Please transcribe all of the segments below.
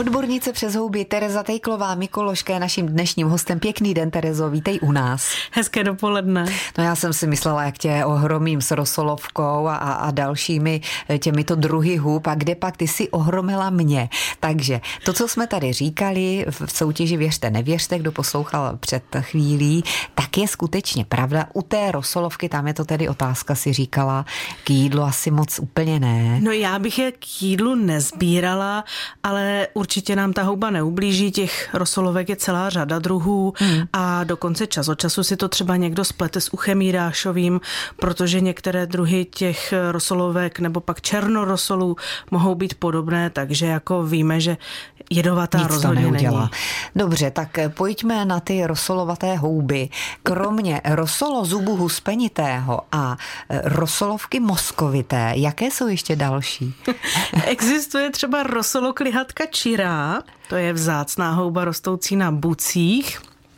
Odbornice přes houby Tereza Tejklová, mykoložka, je naším dnešním hostem. Pěkný den, Terezo, vítej u nás. Hezké dopoledne. No já jsem si myslela, jak tě ohromím s rosolovkou a dalšími těmito druhy hub, a kde pak ty si ohromila mě. Takže to, co jsme tady říkali v soutěži Věřte, nevěřte, kdo poslouchal před chvílí, tak je skutečně pravda. U té rosolovky, tam je to tedy otázka, si říkala, k jídlu asi moc úplně ne. No já bych je k jídlu nezbírala, ale určitě nám ta houba neublíží, těch rosolovek je celá řada druhů a dokonce čas od času si to třeba někdo splete s uchem jírášovým, protože některé druhy těch rosolovek nebo pak černorosolů mohou být podobné, takže jako víme, že jedovatá rozhodně není. Dobře, tak pojďme na ty rosolovaté houby. Kromě rosolozubu huspenitého a rosolovky moskovité, jaké jsou ještě další? Existuje třeba rosoloklihatka čirá, to je vzácná houba rostoucí na bucích,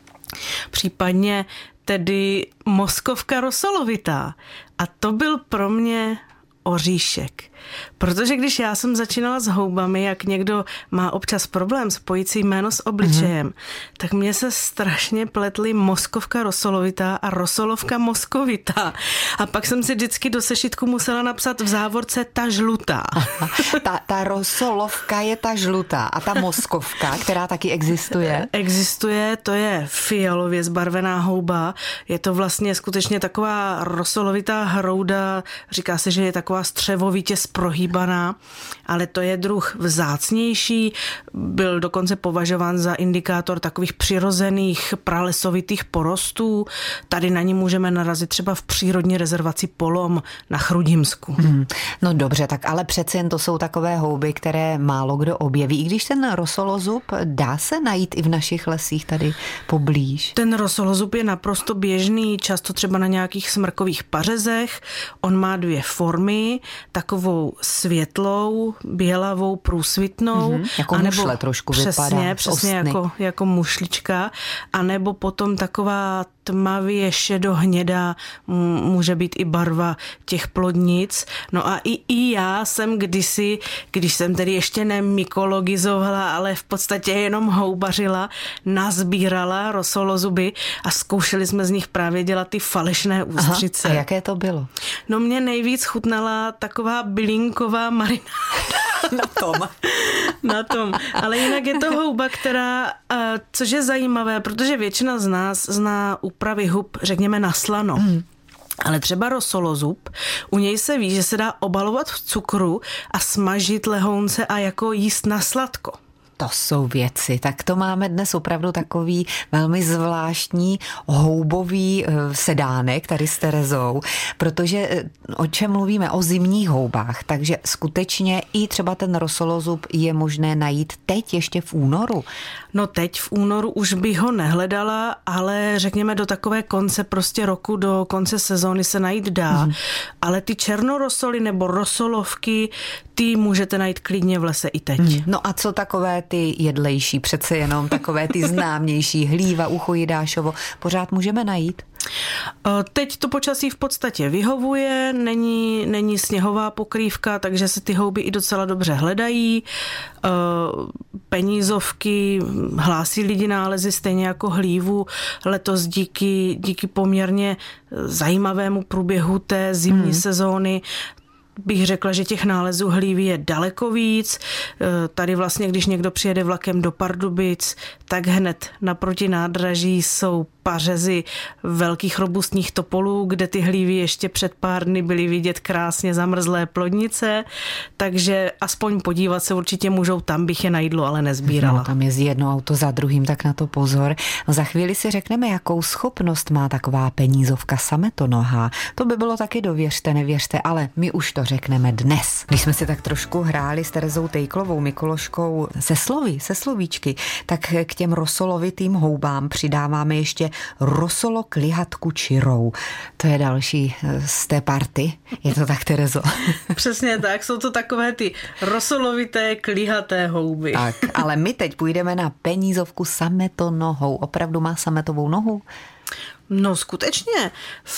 případně tedy moskovka rosolovitá. A to byl pro mě oříšek. Protože když já jsem začínala s houbami, jak někdo má občas problém spojit si jméno s obličejem, tak mně se strašně pletly moskovka rosolovitá a rosolovka moskovitá. A pak jsem si vždycky do sešitku musela napsat v závorce ta žlutá. Ta rosolovka je ta žlutá a ta moskovka, která taky existuje? Existuje, to je fialově zbarvená houba. Je to vlastně skutečně taková rosolovitá hrouda, říká se, že je taková střevovitě prohýbaná, ale to je druh vzácnější, byl dokonce považován za indikátor takových přirozených pralesovitých porostů. Tady na ní můžeme narazit třeba v přírodní rezervaci Polom na Chrudimsku. No dobře, tak ale přece jen to jsou takové houby, které málo kdo objeví. I když ten rosolozub dá se najít i v našich lesích tady poblíž. Ten rosolozub je naprosto běžný, často třeba na nějakých smrkových pařezech. On má dvě formy, takovou světlou, bělavou, průsvitnou. Jako mušle trošku vypadá. Přesně jako mušlička. A nebo potom taková tmavě šedohnědá, může být i barva těch plodnic. No a i já jsem kdysi, když jsem tedy ještě nemykologizovala, ale v podstatě jenom houbařila, nazbírala rosolozuby a zkoušeli jsme z nich právě dělat ty falešné ústřice. A jaké to bylo? No mě nejvíc chutnala taková bylinková marináda. Na tom. Ale jinak je to houba, která, což je zajímavé, protože většina z nás zná úpravy hub, řekněme, na slano. Ale třeba rosolozub, u něj se ví, že se dá obalovat v cukru a smažit lehounce a jako jíst na sladko. To jsou věci. Tak to máme dnes opravdu takový velmi zvláštní houbový sedánek tady s Terezou, protože o čem mluvíme? O zimních houbách, takže skutečně i třeba ten rosolozub je možné najít teď ještě v únoru. No teď v únoru už bych ho nehledala, ale řekněme do takové konce prostě roku, do konce sezóny se najít dá. Ale ty černorosoly nebo rosolovky, ty můžete najít klidně v lese i teď. No a co takové ty jedlejší, přece jenom takové ty známější, hlíva, ucho jidášovo, pořád můžeme najít? Teď to počasí v podstatě vyhovuje, není sněhová pokrývka, takže se ty houby i docela dobře hledají. Penízovky hlásí lidi nálezy stejně jako hlívu. Letos díky poměrně zajímavému průběhu té zimní sezóny bych řekla, že těch nálezů hlívy je daleko víc. Tady vlastně, když někdo přijede vlakem do Pardubic, tak hned naproti nádraží jsou pařezy velkých robustních topolů, kde ty hlívy ještě před pár dny byly vidět krásně zamrzlé plodnice, takže aspoň podívat se určitě můžou, tam bych je na jídlo ale nezbírala. No, tam jezdí jedno auto za druhým, tak na to pozor. No, za chvíli si řekneme, jakou schopnost má taková penízovka sametonohá. To by bylo taky do Věřte, nevěřte, ale my už to řekneme dnes. Když jsme si tak trošku hráli s Terezou Tejklovou, mykoložkou, se slovíčky, tak k těm rosolovitým houbám přidáváme ještě rosoloklihatku čirou. To je další z té party. Je to tak, Terezo? Přesně tak, jsou to takové ty rosolovité, klihaté houby. Tak, ale my teď půjdeme na penízovku sametonohou. Opravdu má sametovou nohu? No skutečně.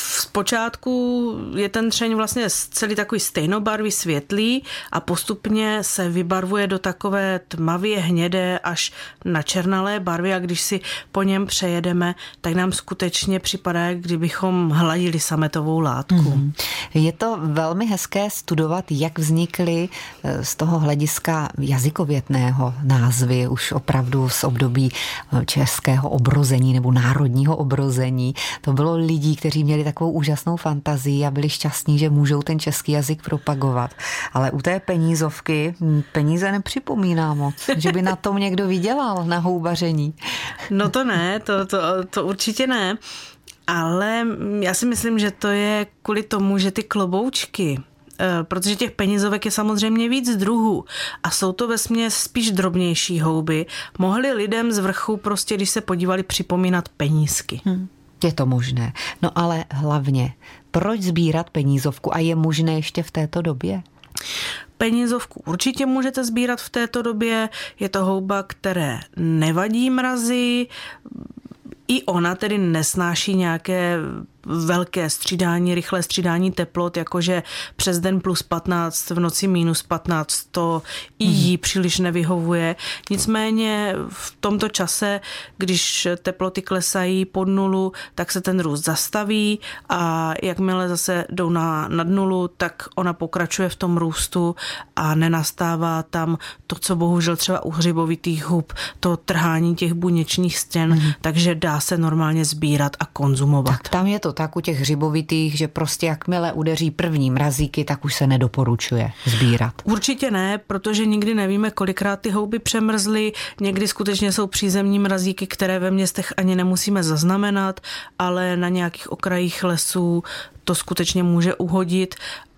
Zpočátku je ten třeň vlastně celý takový stejnobarvý, světlý a postupně se vybarvuje do takové tmavě hnědé až na černalé barvy a když si po něm přejedeme, tak nám skutečně připadá, jak kdybychom hladili sametovou látku. Je to velmi hezké studovat, jak vznikly z toho hlediska jazykovětného názvy už opravdu z období českého obrození nebo národního obrození. To bylo lidí, kteří měli takovou úžasnou fantazii a byli šťastní, že můžou ten český jazyk propagovat. Ale u té penízovky peníze nepřipomíná moc, že by na tom někdo vydělal, na houbaření. No to ne, to určitě ne. Ale já si myslím, že to je kvůli tomu, že ty kloboučky, protože těch penízovek je samozřejmě víc druhů a jsou to vesměs spíš drobnější houby, mohly lidem z vrchu prostě, když se podívali, připomínat penízky. Je to možné. No ale hlavně, proč sbírat penízovku a je možné ještě v této době? Penízovku určitě můžete sbírat v této době, je to houba, které nevadí mrazy, i ona tedy nesnáší nějaké velké střídání, rychlé střídání teplot, jakože přes den plus 15, v noci minus 15, to i jí příliš nevyhovuje. Nicméně v tomto čase, když teploty klesají pod nulu, tak se ten růst zastaví a jakmile zase jdou nad nulu, tak ona pokračuje v tom růstu a nenastává tam to, co bohužel třeba u hřibovitých hub, to trhání těch buněčných stěn, takže dá se normálně sbírat a konzumovat. Tak tam je to tak u těch hřibovitých, že prostě jakmile udeří první mrazíky, tak už se nedoporučuje sbírat. Určitě ne, protože nikdy nevíme, kolikrát ty houby přemrzly, někdy skutečně jsou přízemní mrazíky, které ve městech ani nemusíme zaznamenat, ale na nějakých okrajích lesů to skutečně může uhodit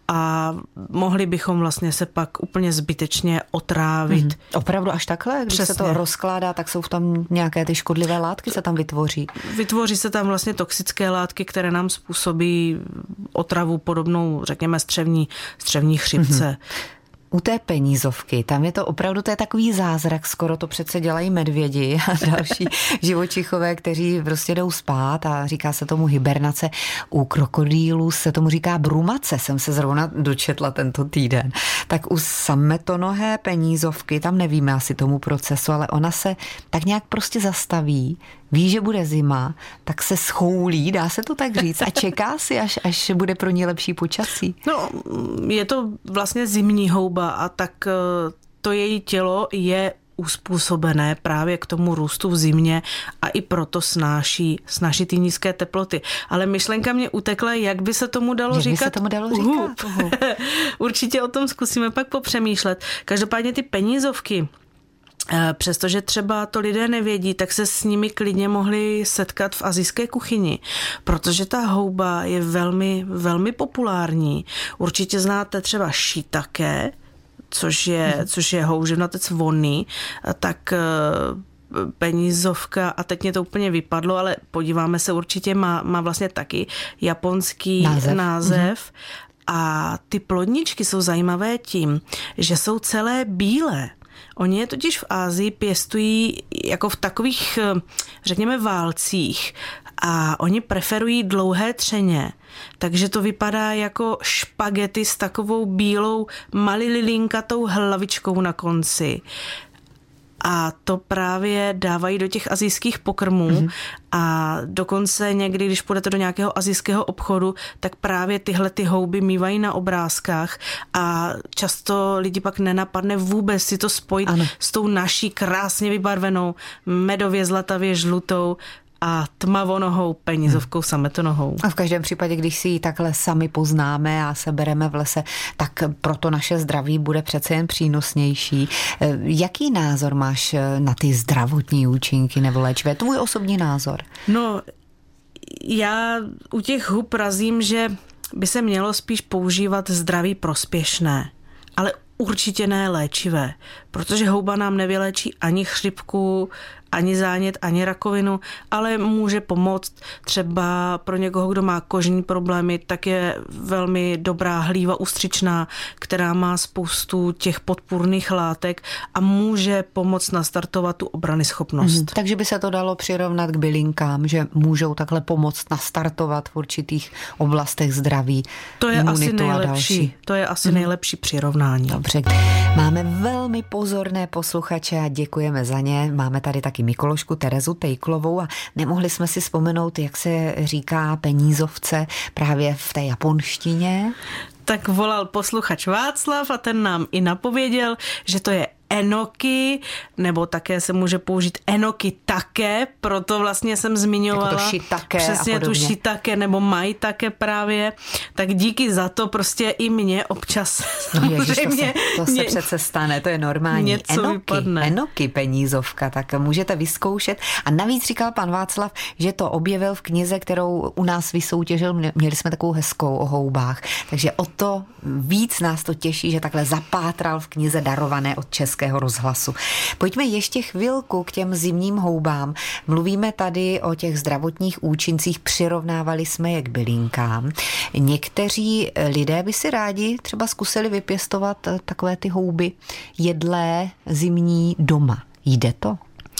a mohli bychom vlastně se pak úplně zbytečně otrávit. Opravdu až takhle? Když se to rozkládá, tak jsou tam nějaké ty škodlivé látky se tam vytvoří? Vytvoří se tam vlastně toxické látky, které nám způsobí otravu podobnou, řekněme, střevní chřipce. U té penízovky, tam je to opravdu, to je takový zázrak, skoro to přece dělají medvědi a další živočichové, kteří prostě jdou spát a říká se tomu hibernace. U krokodýlů se tomu říká brumace, jsem se zrovna dočetla tento týden. Tak u sametonohé penízovky, tam nevíme asi tomu procesu, ale ona se tak nějak prostě zastaví, ví, že bude zima, tak se schoulí, dá se to tak říct, a čeká si, až bude pro ní lepší počasí. No, je to vlastně zimní houba a tak to její tělo je uspůsobené právě k tomu růstu v zimě a i proto snáší ty nízké teploty. Ale myšlenka mě utekla, jak by se tomu dalo říkat. Jak by se tomu dalo říkat? Určitě o tom zkusíme pak popřemýšlet. Každopádně ty penízovky, přestože třeba to lidé nevědí, tak se s nimi klidně mohli setkat v asijské kuchyni, protože ta houba je velmi, velmi populární. Určitě znáte třeba shiitake, což je houževnatec vonný, tak penízovka, a teď mě to úplně vypadlo, ale podíváme se, určitě má vlastně taky japonský název. A ty plodničky jsou zajímavé tím, že jsou celé bílé. Oni je totiž v Asii pěstují jako v takových, řekněme, válcích a oni preferují dlouhé třeně, takže to vypadá jako špagety s takovou bílou malililinkatou hlavičkou na konci. A to právě dávají do těch asijských pokrmů a dokonce někdy, když půjdete do nějakého asijského obchodu, tak právě tyhle ty houby mívají na obrázkách a často lidi pak nenapadne vůbec si to spojit s tou naší krásně vybarvenou, medově zlatavě žlutou a tmavonohou penízovkou sametonohou. A v každém případě, když si ji takhle sami poznáme a sebereme v lese, tak proto naše zdraví bude přece jen přínosnější. Jaký názor máš na ty zdravotní účinky nebo léčivé? Tvůj osobní názor? No, já u těch hub razím, že by se mělo spíš používat zdraví prospěšné, ale určitě ne léčivé, protože houba nám nevyléčí ani chřipku, ani zánět, ani rakovinu, ale může pomoct třeba pro někoho, kdo má kožní problémy, tak je velmi dobrá hlíva ústřičná, která má spoustu těch podpůrných látek a může pomoct nastartovat tu obranyschopnost. Takže by se to dalo přirovnat k bylinkám, že můžou takhle pomoct nastartovat v určitých oblastech zdraví. To je asi nejlepší. To je asi nejlepší přirovnání. Dobře. Máme velmi pozorné posluchače a děkujeme za ně. Máme tady taky Mikološku Terezu Tejklovou a nemohli jsme si vzpomenout, jak se říká penízovce právě v té japonštině. Tak volal posluchač Václav a ten nám i napověděl, že to je enoki, nebo také se může použít enoki také, proto vlastně jsem zmiňovala jako to shiitake přesně tu shiitake nebo maitake právě, tak díky za to prostě i mě občas samozřejmě to se přece stane, to je normální. Enoki penízovka, tak můžete vyzkoušet a navíc říkal pan Václav, že to objevil v knize, kterou u nás vysoutěžil, měli jsme takovou hezkou o houbách, takže o to víc nás to těší, že takhle zapátral v knize darované od Českého rozhlasu. Pojďme ještě chvilku k těm zimním houbám. Mluvíme tady o těch zdravotních účincích, přirovnávali jsme je k bylinkám. Někteří lidé by si rádi třeba zkusili vypěstovat takové ty houby jedlé, zimní doma. Jde to?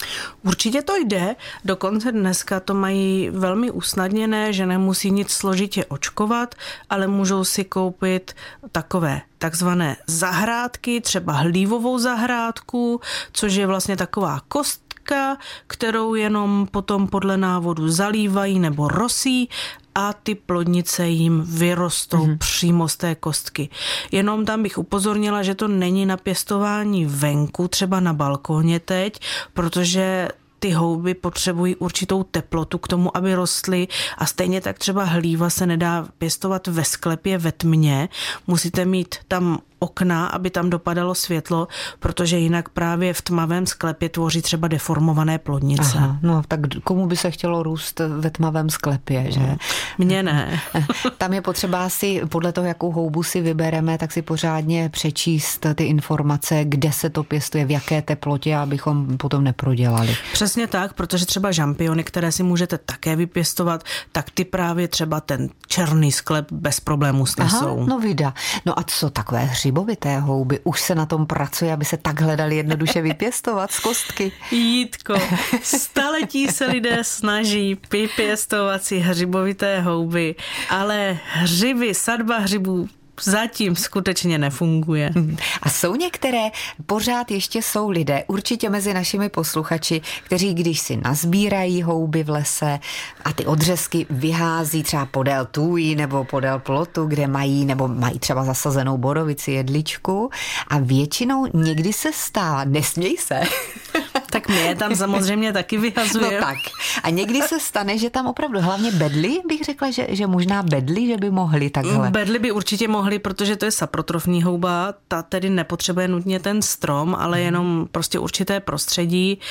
Určitě to jde, dokonce dneska to mají velmi usnadněné, že nemusí nic složitě očkovat, ale můžou si koupit takové takzvané zahrádky, třeba hlívovou zahrádku, což je vlastně taková kostka, kterou jenom potom podle návodu zalívají nebo rosí a ty plodnice jim vyrostou přímo z té kostky. Jenom tam bych upozornila, že to není na pěstování venku, třeba na balkóně teď, protože ty houby potřebují určitou teplotu k tomu, aby rostly a stejně tak třeba hlíva se nedá pěstovat ve sklepě ve tmě. Musíte mít tam okna, aby tam dopadalo světlo, protože jinak právě v tmavém sklepě tvoří třeba deformované plodnice. Aha, no tak komu by se chtělo růst ve tmavém sklepě, že? Mně ne. Tam je potřeba si, podle toho, jakou houbu si vybereme, tak si pořádně přečíst ty informace, kde se to pěstuje, v jaké teplotě, abychom potom neprodělali. Přesně tak, protože třeba žampiony, které si můžete také vypěstovat, tak ty právě třeba ten černý sklep bez problémů snesou. Aha, no vida. No a co takové hřibovité houby? Už se na tom pracuje, aby se takhle dali jednoduše vypěstovat z kostky. Jítko, staletí se lidé snaží vypěstovat si hřibovité houby, ale hřiby, sadba hřibů zatím skutečně nefunguje. A jsou některé, pořád ještě jsou lidé, určitě mezi našimi posluchači, kteří když si nazbírají houby v lese a ty odřezky vyhází třeba podél tůjí nebo podél plotu, kde mají, nebo mají třeba zasazenou borovici, jedličku a většinou někdy se stává, nesměj se. Tak my je tam samozřejmě taky vyhazujeme. No tak. A někdy se stane, že tam opravdu, hlavně bedly, bych řekla, že možná bedly, že by mohly takhle. Bedly by určitě mohly, protože to je saprotrofní houba, ta tedy nepotřebuje nutně ten strom, ale jenom prostě určité prostředí,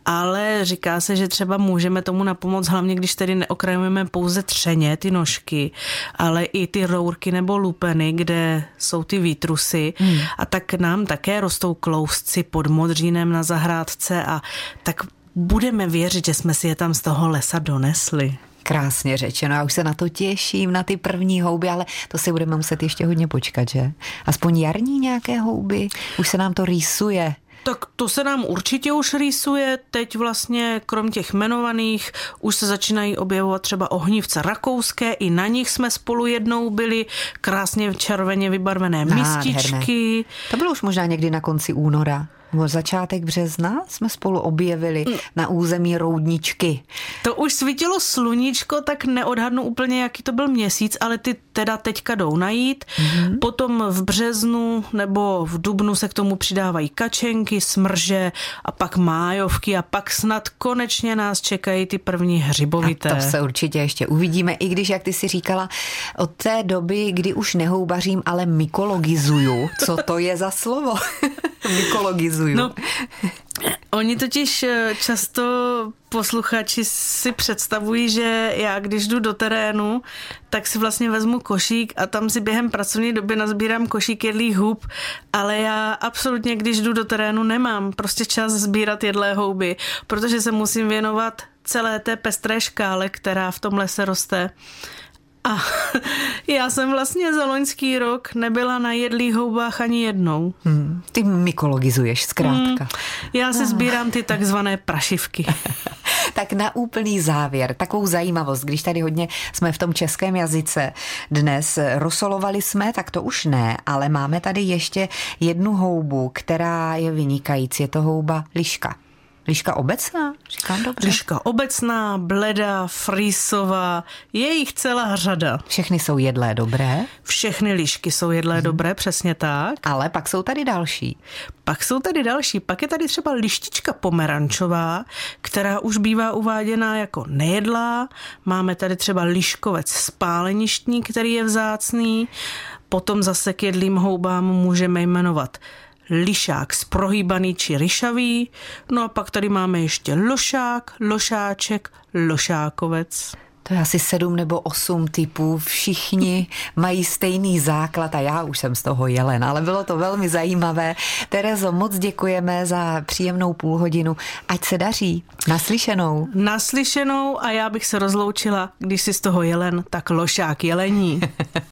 ale říká se, že třeba můžeme tomu napomoct, hlavně když tedy neokrajujeme pouze třeně, ty nožky, ale i ty rourky nebo lupeny, kde jsou ty výtrusy a tak nám také rostou klousci pod modřínem na zahrádce a tak budeme věřit, že jsme si je tam z toho lesa donesli. Krásně řečeno, já už se na to těším, na ty první houby, ale to si budeme muset ještě hodně počkat, že? Aspoň jarní nějaké houby, už se nám to rýsuje. Tak to se nám určitě už rýsuje, teď vlastně krom těch jmenovaných už se začínají objevovat třeba ohnívce rakouské, i na nich jsme spolu jednou byli, krásně červeně vybarvené mističky. To bylo už možná někdy na konci února. Začátek března jsme spolu objevili na území Roudničky. To už svítilo sluníčko, tak neodhadnu úplně, jaký to byl měsíc, ale ty teda teďka jdou najít. Potom v březnu nebo v dubnu se k tomu přidávají kačenky, smrže a pak májovky a pak snad konečně nás čekají ty první hřibovité. A to se určitě ještě uvidíme, i když, jak ty si říkala, od té doby, kdy už nehoubařím, ale mykologizuju. Co to je za slovo? Mykologizuju. No, oni totiž často posluchači si představují, že já když jdu do terénu, tak si vlastně vezmu košík a tam si během pracovní doby nazbírám košík jedlých hub, ale já absolutně, když jdu do terénu, nemám prostě čas sbírat jedlé houby, protože se musím věnovat celé té pestré škále, která v tom lese roste. A já jsem vlastně za loňský rok nebyla na jedlých houbách ani jednou. Ty mykologizuješ zkrátka. Já si sbírám ty takzvané prašivky. Tak na úplný závěr, takovou zajímavost, když tady hodně jsme v tom českém jazyce dnes rosolovali jsme, tak to už ne, ale máme tady ještě jednu houbu, která je vynikající, je to houba liška. Liška obecná? Říkám dobře. Liška obecná, bledá, frýsová, je jich celá řada. Všechny jsou jedlé dobré? Všechny lišky jsou jedlé dobré, přesně tak. Ale pak jsou tady další. Pak je tady třeba lištička pomerančová, která už bývá uváděná jako nejedlá. Máme tady třeba liškovec spáleništní, který je vzácný. Potom zase k jedlým houbám můžeme jmenovat lišák sprohýbaný či ryšavý. No a pak tady máme ještě lošák, lošáček, lošákovec. To je asi 7 nebo 8 typů, všichni mají stejný základ a já už jsem z toho jelen, ale bylo to velmi zajímavé. Terezo, moc děkujeme za příjemnou půlhodinu, ať se daří. Naslyšenou. Naslyšenou a já bych se rozloučila, když si z toho jelen, tak lošák jelení.